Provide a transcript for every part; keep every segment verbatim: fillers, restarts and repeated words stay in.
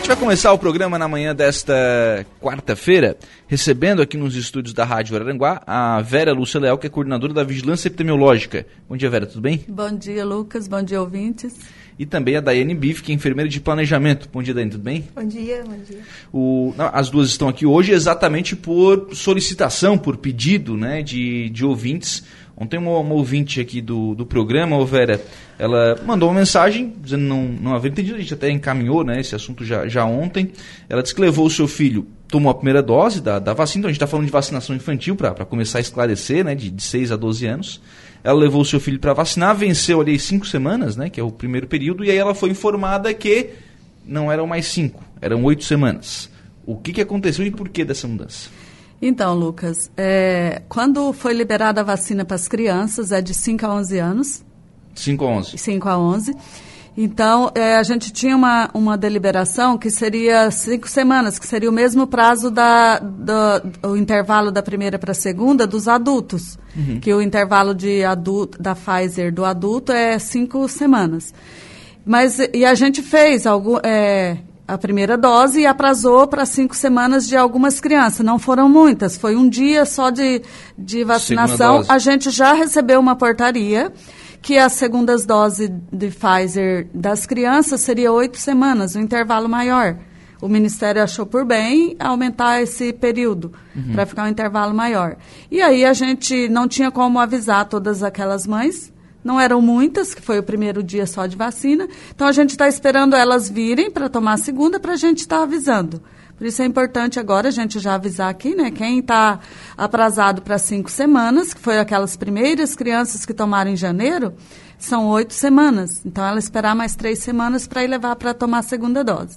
vai começar o programa na manhã desta quarta-feira, recebendo aqui nos estúdios da Rádio Araranguá a Vera Lúcia Leal, que é coordenadora da Vigilância Epidemiológica. Bom dia, Vera, tudo bem? Bom dia, Lucas. Bom dia, ouvintes. E também a Daiane Biff, que é enfermeira de planejamento. Bom dia, Daiane, tudo bem? Bom dia, bom dia. O, as duas estão aqui hoje exatamente por solicitação, por pedido, né, de, de ouvintes. Ontem uma, uma ouvinte aqui do, do programa, ô Vera, ela mandou uma mensagem dizendo não, não haver entendido, a gente até encaminhou, né, esse assunto já, já ontem. Ela disse que levou o seu filho, tomou a primeira dose da, da vacina, então a gente está falando de vacinação infantil para começar a esclarecer, né, de, de seis a doze anos. Ela levou o seu filho para vacinar, venceu ali cinco semanas, né, que é o primeiro período, e aí ela foi informada que não eram mais cinco, eram oito semanas. O que, que aconteceu e por que dessa mudança? Então, Lucas, é, quando foi liberada a vacina para as crianças, é de cinco a onze anos. cinco a onze. cinco a onze. Então, é, a gente tinha uma, uma deliberação que seria cinco semanas, que seria o mesmo prazo da, do, do intervalo da primeira para a segunda dos adultos. Uhum. Que o intervalo de adulto, da Pfizer do adulto é cinco semanas. Mas, e a gente fez algum... É, a primeira dose e atrasou para cinco semanas de algumas crianças. Não foram muitas, foi um dia só de, de vacinação. A gente já recebeu uma portaria que as segundas doses de Pfizer das crianças seria oito semanas, um intervalo maior. O Ministério achou por bem aumentar esse período, uhum, para ficar um intervalo maior. E aí a gente não tinha como avisar todas aquelas mães. Não eram muitas, que foi o primeiro dia só de vacina. Então, a gente está esperando elas virem para tomar a segunda para a gente estar tá avisando. Por isso é importante agora a gente já avisar aqui, né? Quem está atrasado para cinco semanas, que foi aquelas primeiras crianças que tomaram em janeiro, são oito semanas. Então, ela esperar mais três semanas para ir levar para tomar a segunda dose.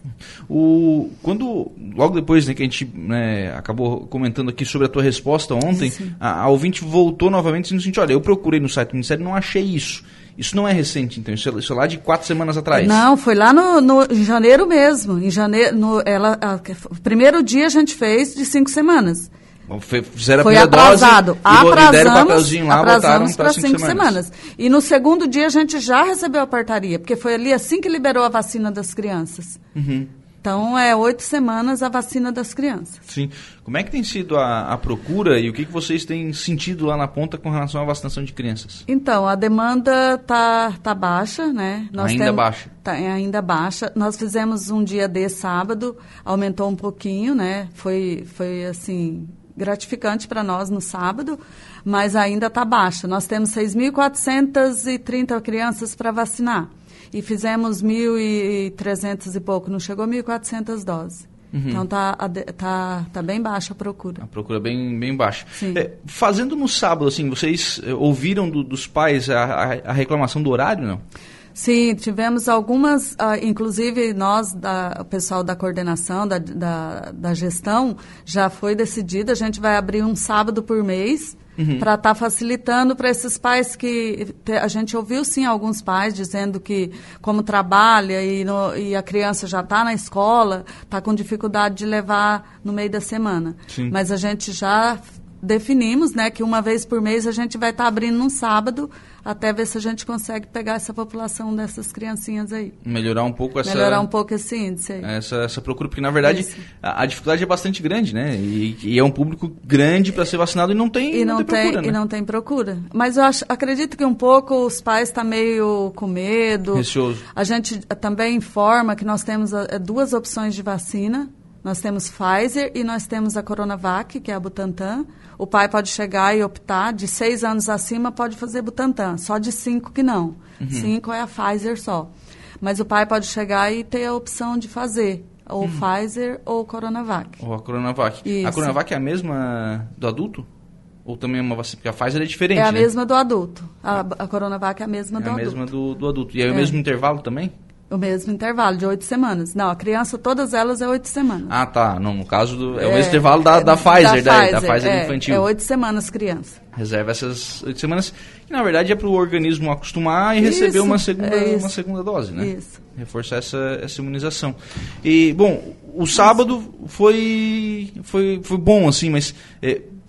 O, quando, logo depois, né, que a gente, né, acabou comentando aqui sobre a tua resposta ontem, a, a ouvinte voltou novamente dizendo assim, olha, eu procurei no site do Ministério e não achei isso. Isso não é recente, então, isso é, isso é lá de quatro semanas atrás. Não, foi lá no, no, em janeiro mesmo. Em janeiro, no, ela, a, o primeiro dia a gente fez de cinco semanas. Fizeram a foi primeira atrasado. Dose atrasamos, e deram o papelzinho lá, atrasamos para cinco, cinco semanas. semanas. E no segundo dia a gente já recebeu a portaria, porque foi ali assim que liberou a vacina das crianças. Uhum. Então, é oito semanas a vacina das crianças. Sim. Como é que tem sido a, a procura e o que, que vocês têm sentido lá na ponta com relação à vacinação de crianças? Então, a demanda está tá baixa, né? Nós ainda temos, baixa? Tá, é ainda baixa. Nós fizemos um dia de sábado, aumentou um pouquinho, né? Foi, foi assim, gratificante para nós no sábado, mas ainda está baixa. Nós temos seis mil quatrocentas e trinta crianças para vacinar. E fizemos mil e trezentos e pouco, não chegou a mil e quatrocentas doses. Uhum. Então está tá, tá bem baixa a procura. A procura bem, bem baixa. Sim. É, fazendo no sábado, assim, vocês ouviram do, dos pais a, a, a reclamação do horário, não? Sim, tivemos algumas, uh, inclusive nós, da, o pessoal da coordenação, da, da, da gestão, já foi decidido, a gente vai abrir um sábado por mês, uhum, para estar tá facilitando para esses pais que... Te, a gente ouviu, sim, alguns pais dizendo que, como trabalha e, no, e a criança já está na escola, está com dificuldade de levar no meio da semana. Sim. Mas a gente já definimos, né, que uma vez por mês a gente vai estar tá abrindo num sábado, até ver se a gente consegue pegar essa população dessas criancinhas aí. Melhorar um pouco essa... Melhorar um pouco esse índice aí. Essa, essa procura, porque na verdade a, a dificuldade é bastante grande, né? E, e é um público grande para ser vacinado e não tem, e não, não tem, tem procura, né? E não tem procura. Mas eu acho, acredito que um pouco os pais estão tá meio com medo. Receoso. A gente também informa que nós temos a, duas opções de vacina. Nós temos Pfizer e nós temos a Coronavac, que é a Butantan. O pai pode chegar e optar, de seis anos acima pode fazer Butantan, só de cinco que não. Uhum. Cinco é a Pfizer só. Mas o pai pode chegar e ter a opção de fazer, ou uhum, Pfizer ou Coronavac. Ou a Coronavac. Isso. A Coronavac é a mesma do adulto? Ou também é uma vacina? Porque a Pfizer é diferente, É a né? mesma do adulto. A, a Coronavac é a mesma é do a adulto. mesma do, do adulto. E é, é o É. mesmo intervalo também? O mesmo intervalo, de oito semanas. Não, a criança, todas elas é oito semanas. Ah, tá. Não, no caso, do, é, é o mesmo intervalo da, da Pfizer, da, da Pfizer é, infantil. É oito semanas criança. Reserva essas oito semanas, que na verdade é para o organismo acostumar e receber isso, uma segunda, é uma segunda dose, né? Isso. Reforçar essa, essa imunização. E, bom, o sábado foi, foi, foi bom, assim, mas... É,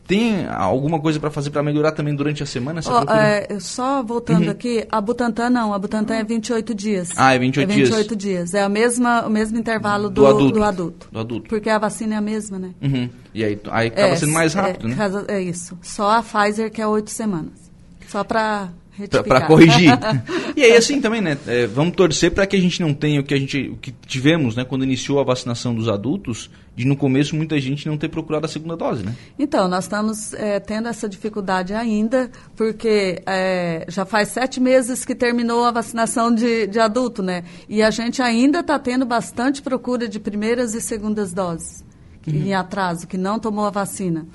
Tem alguma coisa para fazer para melhorar também durante a semana? Essa oh, é, só voltando uhum. aqui, a Butantan não, a Butantan é vinte e oito dias. Ah, é vinte e oito dias. É vinte e oito dias. É a mesma, o mesmo intervalo do, do, adulto. do adulto. Do adulto. Porque a vacina é a mesma, né? Uhum. E aí, aí acaba é, sendo mais rápido, é, né? É isso. Só a Pfizer que é oito semanas. Só para... Para corrigir. E aí, assim também, né? É, vamos torcer para que a gente não tenha o que a gente o que tivemos, né? Quando iniciou a vacinação dos adultos, de no começo muita gente não ter procurado a segunda dose, né? Então, nós estamos é, tendo essa dificuldade ainda, porque é, já faz sete meses que terminou a vacinação de, de adulto, né? E a gente ainda está tendo bastante procura de primeiras e segundas doses, uhum. em atraso, que não tomou a vacina.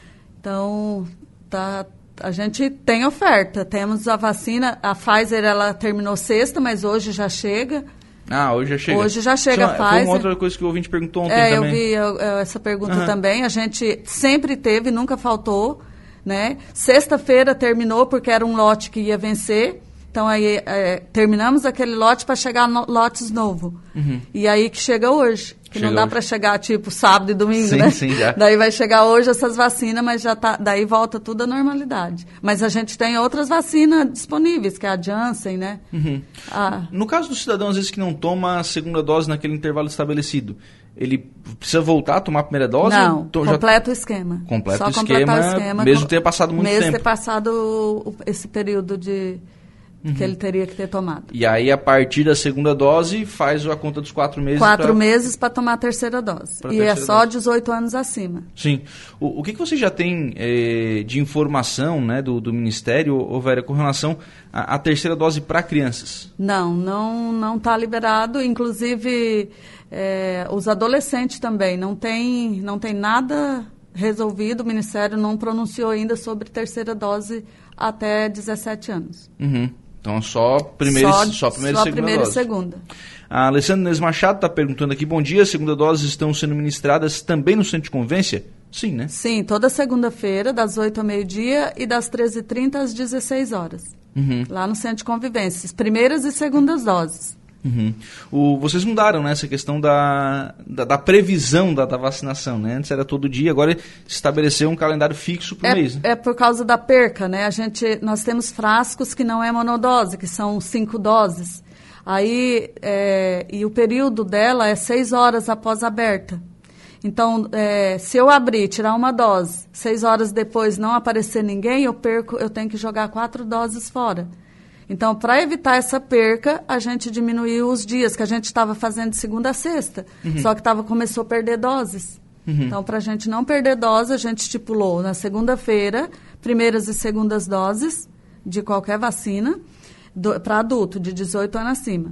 Então, tá... A gente tem oferta, temos a vacina, a Pfizer ela terminou sexta, mas hoje já chega. Ah, hoje já chega. Hoje já chega Só, a Pfizer. Foi uma outra coisa que o ouvinte perguntou ontem é, também. Eu vi eu, eu, essa pergunta uhum. também, a gente sempre teve, nunca faltou, né? Sexta-feira terminou porque era um lote que ia vencer, então aí é, terminamos aquele lote para chegar no, lotes novo. Uhum. E aí que chega hoje. Que chega não dá para chegar, tipo, sábado e domingo, sim, né? Sim, já. Daí vai chegar hoje essas vacinas, mas já tá, daí volta tudo à normalidade. Mas a gente tem outras vacinas disponíveis, que é a Janssen, né? Uhum. A... No caso do cidadão, às vezes, que não toma a segunda dose naquele intervalo estabelecido, ele precisa voltar a tomar a primeira dose? Não, to, completa já... o esquema. Completa Só o esquema, o esquema, mesmo ter passado muito mesmo tempo. Mesmo ter passado esse período de... Uhum. que ele teria que ter tomado. E aí, a partir da segunda dose, faz a conta dos quatro meses. Quatro pra... meses para tomar a terceira dose. Pra e terceira é só dose. dezoito anos acima. Sim. O, o que, que você já tem eh, de informação, né, do, do Ministério, ô Vera, com relação à, à terceira dose para crianças? Não, não não está liberado. Inclusive, eh, os adolescentes também. Não tem, não tem nada resolvido. O Ministério não pronunciou ainda sobre terceira dose até dezessete anos. Uhum. Então, só primeira, só, só primeira, só segunda primeira dose. e segunda. A Alessandra Nes Machado está perguntando aqui, bom dia, segunda doses estão sendo ministradas também no Centro de Convivência? Sim, né? Sim, toda segunda-feira, das oito ao meio-dia e das treze e trinta às dezesseis horas. Uhum. Lá no Centro de Convivência, primeiras e segundas doses. Uhum. O, vocês mudaram, né, essa questão da, da, da previsão da, da vacinação, né? Antes era todo dia, agora se estabeleceu um calendário fixo por é, mês. Né? É por causa da perca, né? A gente, nós temos frascos que não é monodose, que são cinco doses. Aí, é, e o período dela é seis horas após a aberta. Então, é, se eu abrir, tirar uma dose, seis horas depois não aparecer ninguém, eu perco, eu tenho que jogar quatro doses fora. Então, para evitar essa perca, a gente diminuiu os dias que a gente estava fazendo de segunda a sexta, uhum. só que tava, começou a perder doses. Uhum. Então, para a gente não perder dose, a gente estipulou na segunda-feira, primeiras e segundas doses de qualquer vacina, para adulto, de dezoito anos acima.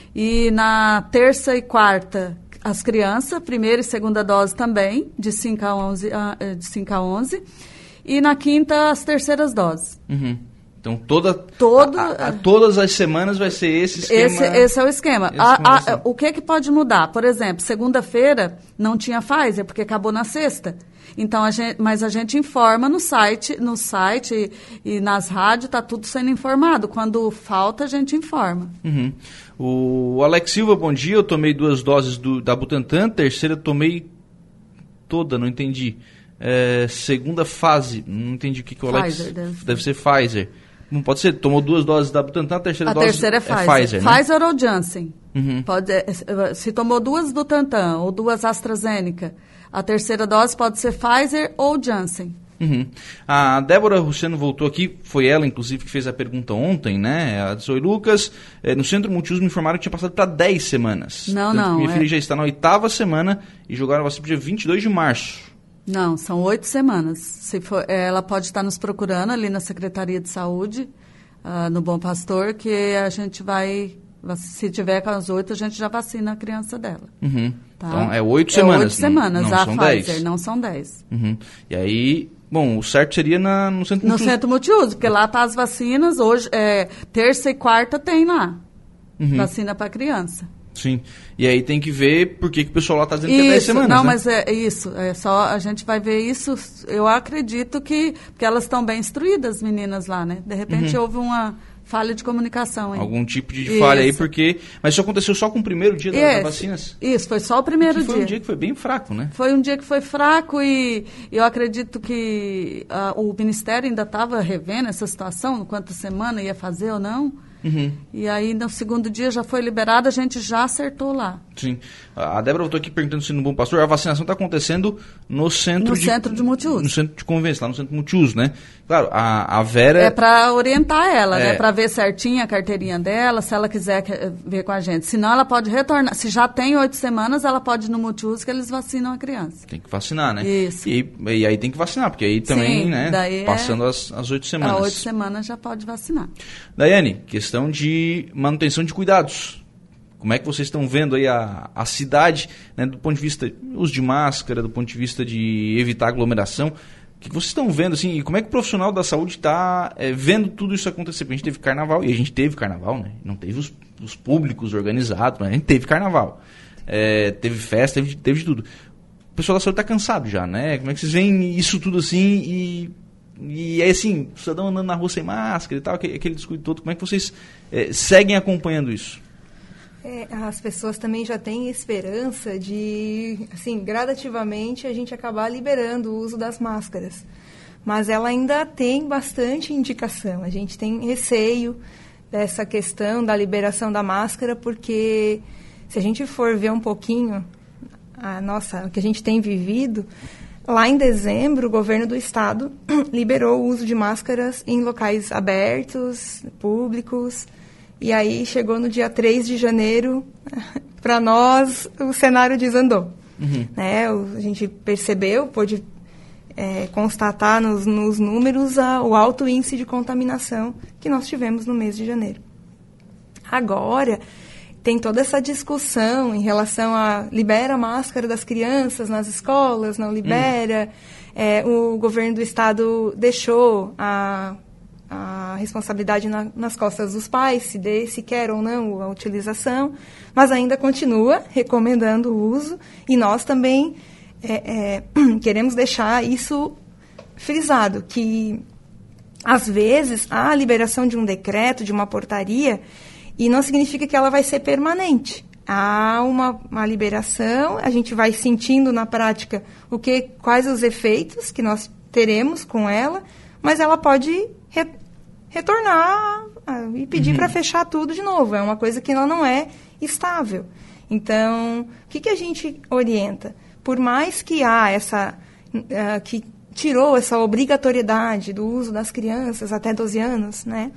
E na terça e quarta, as crianças, primeira e segunda dose também, de cinco a onze. E na quinta, as terceiras doses. Uhum. Então, toda, Todo, a, a, todas as semanas vai ser esse esquema? Esse, esse é o esquema. A, a, o que, que pode mudar? Por exemplo, segunda-feira não tinha Pfizer, porque acabou na sexta. Então, a gente, mas a gente informa no site, no site e, e nas rádios, está tudo sendo informado. Quando falta, a gente informa. Uhum. O Alex Silva, bom dia. Eu tomei duas doses do, da Butantan, terceira tomei toda, não entendi. É, segunda fase, não entendi o que, que o Alex... Pfizer, deve, deve ser Pfizer. Não pode ser, tomou duas doses da Butantan, a terceira a dose terceira é Pfizer. é Pfizer, né? Pfizer ou Janssen. Uhum. Pode, se tomou duas Butantan ou duas AstraZeneca, a terceira dose pode ser Pfizer ou Janssen. Uhum. A Débora Luciano voltou aqui, foi ela, inclusive, que fez a pergunta ontem, né? Ela disse, oi, Lucas, eh, no Centro Multiuso me informaram que tinha passado para dez semanas. Não, Tanto não. Minha é... filha já está na oitava semana e jogaram a vacina dia vinte e dois de março. Não, são oito semanas. Se for, ela pode estar nos procurando ali na Secretaria de Saúde, uh, no Bom Pastor, que a gente vai, se tiver com as oito, a gente já vacina a criança dela. Uhum. Tá? Então, é oito semanas. É oito semanas, não, não a são Pfizer, dez. não são dez. Uhum. E aí, bom, o certo seria na, no Centro No Multiuso. Centro Multiuso, porque lá tá as vacinas, hoje, é, terça e quarta tem lá, uhum. vacina para criança. Sim. E aí tem que ver por que, que o pessoal lá está dizendo isso, que é dez semanas, não, né? mas é isso. É só, a gente vai ver isso. Eu acredito que... Porque elas estão bem instruídas, as meninas lá, né? De repente, uhum. houve uma falha de comunicação. Hein? Algum tipo de falha aí, porque... Mas isso aconteceu só com o primeiro dia das da vacinas? Isso, foi só o primeiro que dia. Foi um dia que foi bem fraco, né? Foi um dia que foi fraco e eu acredito que uh, o Ministério ainda estava revendo essa situação, quantas semanas ia fazer ou não. Uhum. E aí, no segundo dia, já foi liberado, a gente já acertou lá. Sim. A Débora voltou aqui perguntando se no Bom Pastor a vacinação está acontecendo no centro no de... centro de multiuso. No centro de convivência, lá no centro de multiuso, né? Claro, a, a Vera... É para orientar ela, é... né? Para ver certinho a carteirinha dela, se ela quiser ver com a gente. Senão, ela pode retornar. Se já tem oito semanas, ela pode ir no multiuso que eles vacinam a criança. Tem que vacinar, né? Isso. E, e aí tem que vacinar, porque aí também, Sim, né? Daí passando é... as, as oito semanas. A oito semanas já pode vacinar. Daiane, questão de manutenção de cuidados. Como é que vocês estão vendo aí a, a cidade, né, do ponto de vista uso de máscara, do ponto de vista de evitar aglomeração? O que vocês estão vendo, assim, e como é que o profissional da saúde está é, vendo tudo isso acontecer? Porque a gente teve carnaval, e a gente teve carnaval, né? Não teve os, os públicos organizados, mas a gente teve carnaval. É, teve festa, teve, teve de tudo. O pessoal da saúde está cansado já, né? Como é que vocês veem isso tudo assim e... E aí, assim, o cidadão andando na rua sem máscara e tal, aquele, aquele descuido todo, como é que vocês é, seguem acompanhando isso? É, as pessoas também já têm esperança de, assim, gradativamente a gente acabar liberando o uso das máscaras. Mas ela ainda tem bastante indicação. A gente tem receio dessa questão da liberação da máscara, porque se a gente for ver um pouquinho a nossa, o que a gente tem vivido... Lá em dezembro, o governo do estado liberou o uso de máscaras em locais abertos, públicos. E aí chegou no dia três de janeiro, para nós, o cenário desandou. Uhum. Né? O, a gente percebeu, pôde é, constatar nos, nos números a, o alto índice de contaminação que nós tivemos no mês de janeiro. Agora... Tem toda essa discussão em relação a libera a máscara das crianças nas escolas, não libera. Hum. É, o governo do estado deixou a, a responsabilidade na, nas costas dos pais, se, de, se quer ou não a utilização, mas ainda continua recomendando o uso. E nós também é, é, queremos deixar isso frisado, que às vezes a liberação de um decreto, de uma portaria... E não significa que ela vai ser permanente. Há uma, uma liberação, a gente vai sentindo na prática o que, quais os efeitos que nós teremos com ela, mas ela pode re, retornar ah, e pedir uhum. para fechar tudo de novo. É uma coisa que ela não é estável. Então, o que, que a gente orienta? Por mais que há essa... Uh, que tirou essa obrigatoriedade do uso das crianças até doze anos, né?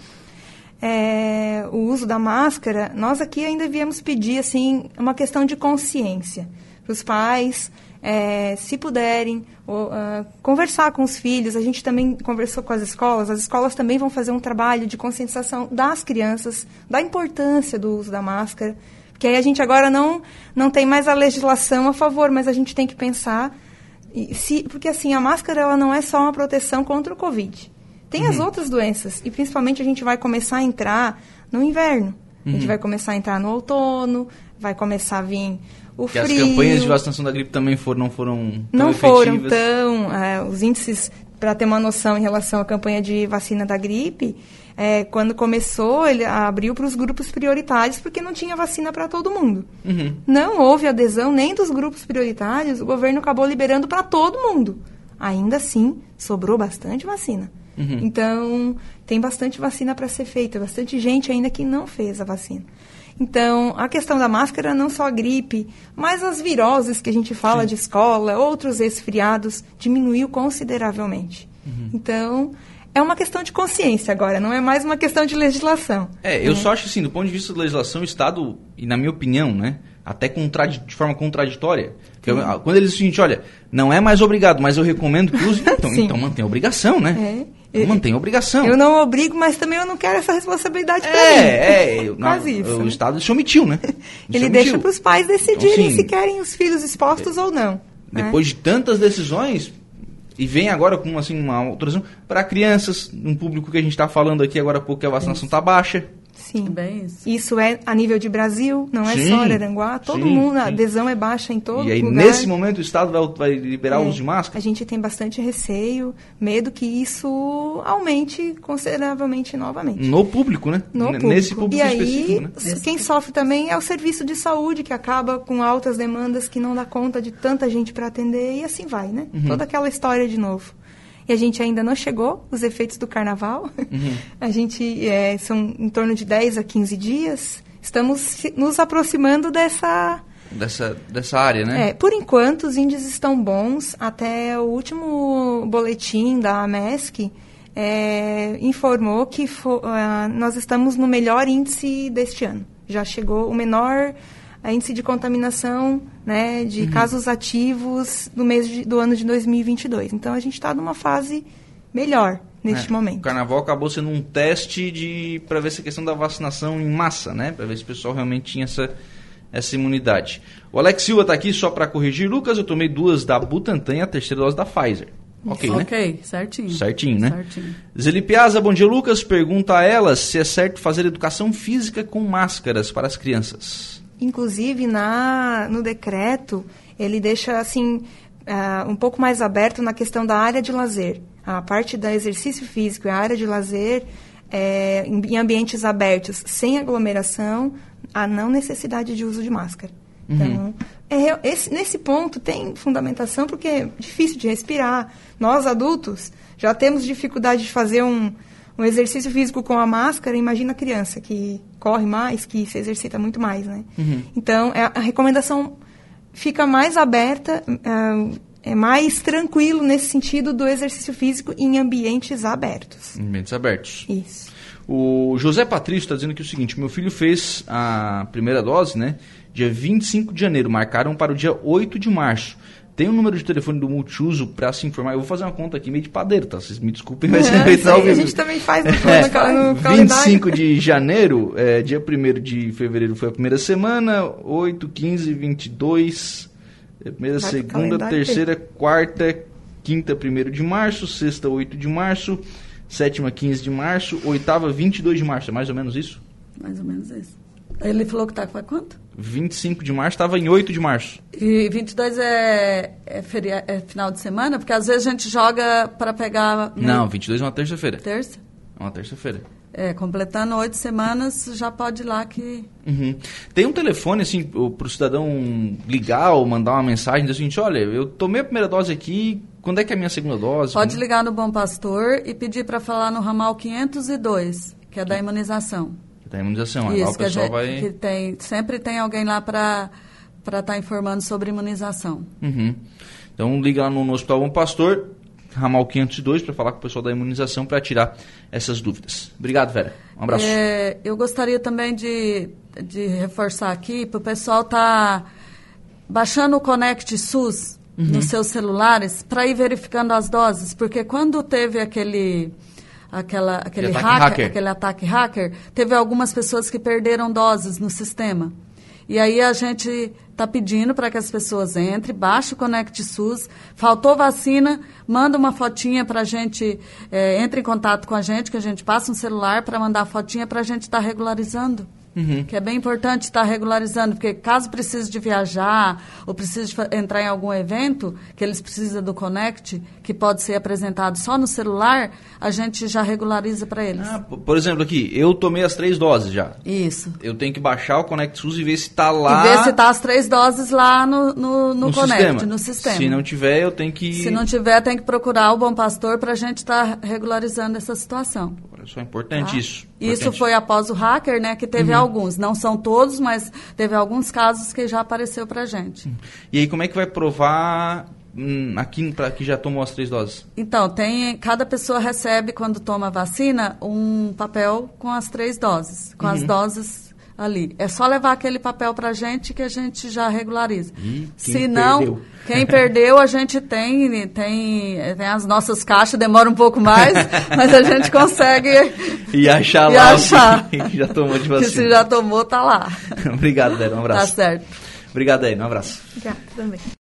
É, o uso da máscara, nós aqui ainda viemos pedir assim, uma questão de consciência para os pais, é, se puderem, ou, uh, conversar com os filhos. A gente também conversou com as escolas, as escolas também vão fazer um trabalho de conscientização das crianças, da importância do uso da máscara, porque aí a gente agora não, não tem mais a legislação a favor, mas a gente tem que pensar, se, porque assim, a máscara ela não é só uma proteção contra o Covid. Tem uhum. as outras doenças, e principalmente a gente vai começar a entrar no inverno. Uhum. A gente vai começar a entrar no outono, vai começar a vir o que frio. As campanhas de vacinação da gripe também foram, não foram tão Não efetivas. foram tão... É, os índices, para ter uma noção em relação à campanha de vacina da gripe, é, quando começou, ele abriu para os grupos prioritários, porque não tinha vacina para todo mundo. Uhum. Não houve adesão nem dos grupos prioritários, o governo acabou liberando para todo mundo. Ainda assim, sobrou bastante vacina. Uhum. Então, tem bastante vacina para ser feita, bastante gente ainda que não fez a vacina. Então, a questão da máscara, não só a gripe, mas as viroses que a gente fala Sim. de escola, outros resfriados, diminuiu consideravelmente. Uhum. Então, é uma questão de consciência agora, não é mais uma questão de legislação. É, eu é. só acho assim, do ponto de vista da legislação, o Estado, e na minha opinião, né, até contrad... de forma contraditória, eu, quando ele diz o seguinte, olha, não é mais obrigado, mas eu recomendo que use, então, então mantém a obrigação, né? É. Então, mantém a obrigação. Eu não obrigo, mas também eu não quero essa responsabilidade para é, mim. É, eu, Quase não, isso. O Estado se omitiu, né? Ele se deixa para os pais decidirem então, se querem os filhos expostos é, ou não. Depois né? de tantas decisões, e vem agora com assim, uma autorização para crianças, um público que a gente está falando aqui agora há pouco, que a vacinação está baixa. Sim. Bem isso. Isso é a nível de Brasil, não é Sim, só Araranguá. Todo sim, mundo, a sim. adesão é baixa em todo E aí, lugar. nesse momento, o Estado vai, vai liberar o É, uso de máscara? A gente tem bastante receio, medo que isso aumente consideravelmente novamente. No público, né? No N- público. Nesse público e aí, específico, né? s- quem sofre também é o serviço de saúde, que acaba com altas demandas, que não dá conta de tanta gente para atender, e assim vai, né? Uhum. Toda aquela história de novo. E a gente ainda não chegou, os efeitos do carnaval. Uhum. A gente, é, são em torno de dez a quinze dias, estamos se- nos aproximando dessa... Dessa, dessa área, né? É, por enquanto, os índices estão bons. Até o último boletim da AMESC é, informou que fo, uh, nós estamos no melhor índice deste ano. Já chegou o menor uh, índice de contaminação, né, de Uhum. casos ativos do mês de, do ano de dois mil e vinte e dois. Então, a gente está numa fase melhor neste É, momento. O carnaval acabou sendo um teste de para ver essa questão da vacinação em massa, né? Para ver se o pessoal realmente tinha essa, essa imunidade. O Alex Silva está aqui só para corrigir. Lucas, eu tomei duas da Butantan e a terceira dose da Pfizer. Ok, né? Ok, certinho. Certinho, né? Certinho. Zeli Piazza, bom dia, Lucas. Pergunta a ela se é certo fazer educação física com máscaras para as crianças. Inclusive, na, no decreto, ele deixa assim uh, um pouco mais aberto na questão da área de lazer. A parte do exercício físico e a área de lazer é, em, em ambientes abertos, sem aglomeração, a não necessidade de uso de máscara. Uhum. Então, é, esse, nesse ponto tem fundamentação, porque é difícil de respirar. Nós, adultos, já temos dificuldade de fazer um, um exercício físico com a máscara. Imagina a criança, que corre mais, que se exercita muito mais, né? Uhum. Então, é, a recomendação fica mais aberta, é, é mais tranquilo nesse sentido do exercício físico em ambientes abertos. Em ambientes abertos. Isso. O José Patrício está dizendo aqui o seguinte: meu filho fez a primeira dose, né? Dia vinte e cinco de janeiro, marcaram para o dia oito de março. Tem um número de telefone do multiuso para se informar. Eu vou fazer uma conta aqui meio de padeiro, tá? Vocês me desculpem, mas É, é, isso aí a gente também faz no, no, é, no calendário. vinte e cinco de janeiro, é, dia primeiro de fevereiro foi a primeira semana, oito, quinze, vinte e dois, é, primeira, Vai pro segunda, calendário terceira, quarta, quinta, primeiro de março, sexta, oito de março, sétima, quinze de março, oitava, vinte e dois de março. É mais ou menos isso? Mais ou menos isso. Ele falou que tá com quanto? vinte e cinco de março, estava em oito de março. E vinte e dois é, é, feria, é final de semana? Porque às vezes a gente joga para pegar... no- Não, vinte e dois é uma terça-feira. Terça? É uma terça-feira. É, completando oito semanas, já pode ir lá que... Uhum. Tem um telefone, assim, para o cidadão ligar ou mandar uma mensagem, dizer o seguinte: olha, eu tomei a primeira dose aqui, quando é que é a minha segunda dose? Pode Como- ligar no Bom Pastor e pedir para falar no ramal quinhentos e dois, que é da imunização. Da imunização, aí lá o Isso, que, a pessoal gente, vai... que tem, sempre tem alguém lá para estar informando sobre imunização. Uhum. Então liga lá no, no Hospital Bom Pastor, ramal quinhentos e dois, para falar com o pessoal da imunização para tirar essas dúvidas. Obrigado, Vera. Um abraço. É, eu gostaria também de, de reforçar aqui para o pessoal estar baixando o Conect SUS Uhum. nos seus celulares para ir verificando as doses, porque quando teve aquele... Aquela, aquele, ataque hacker, hacker. aquele ataque hacker, teve algumas pessoas que perderam doses no sistema. E aí a gente está pedindo para que as pessoas entrem, baixe o Conect SUS, faltou vacina, manda uma fotinha para a gente, é, entre em contato com a gente, que a gente passa um celular para mandar a fotinha para a gente estar tá regularizando. Uhum. Que é bem importante estar regularizando, porque caso precise de viajar ou precise de fa- entrar em algum evento, que eles precisam do Conect, que pode ser apresentado só no celular, a gente já regulariza para eles. Ah, p- por exemplo, aqui, eu tomei as três doses já. Isso. Eu tenho que baixar o Conect SUS e ver se está lá... E ver se está as três doses lá no, no, no, no Conect, sistema. no sistema. Se não tiver, eu tenho que... Se não tiver, tem que procurar o Bom Pastor para a gente estar regularizando essa situação. Olha só, é importante Tá? isso. Isso Importante. foi após o hacker, né, que teve alguns. Não são todos, mas teve alguns casos que já apareceu para a gente. E aí, como é que vai provar hum, aqui para que já tomou as três doses? Então, tem, cada pessoa recebe, quando toma a vacina, um papel com as três doses, com Uhum. as doses ali. É só levar aquele papel para a gente que a gente já regulariza. Ih, quem Se não, perdeu? quem perdeu, a gente tem, tem, tem as nossas caixas, demora um pouco mais, mas a gente consegue E achar e lá achar. o que, que já tomou de que vacina. se já tomou, tá lá. Obrigado, Débora. Um abraço. Tá certo. Obrigado, Débora. Um abraço. Obrigada também.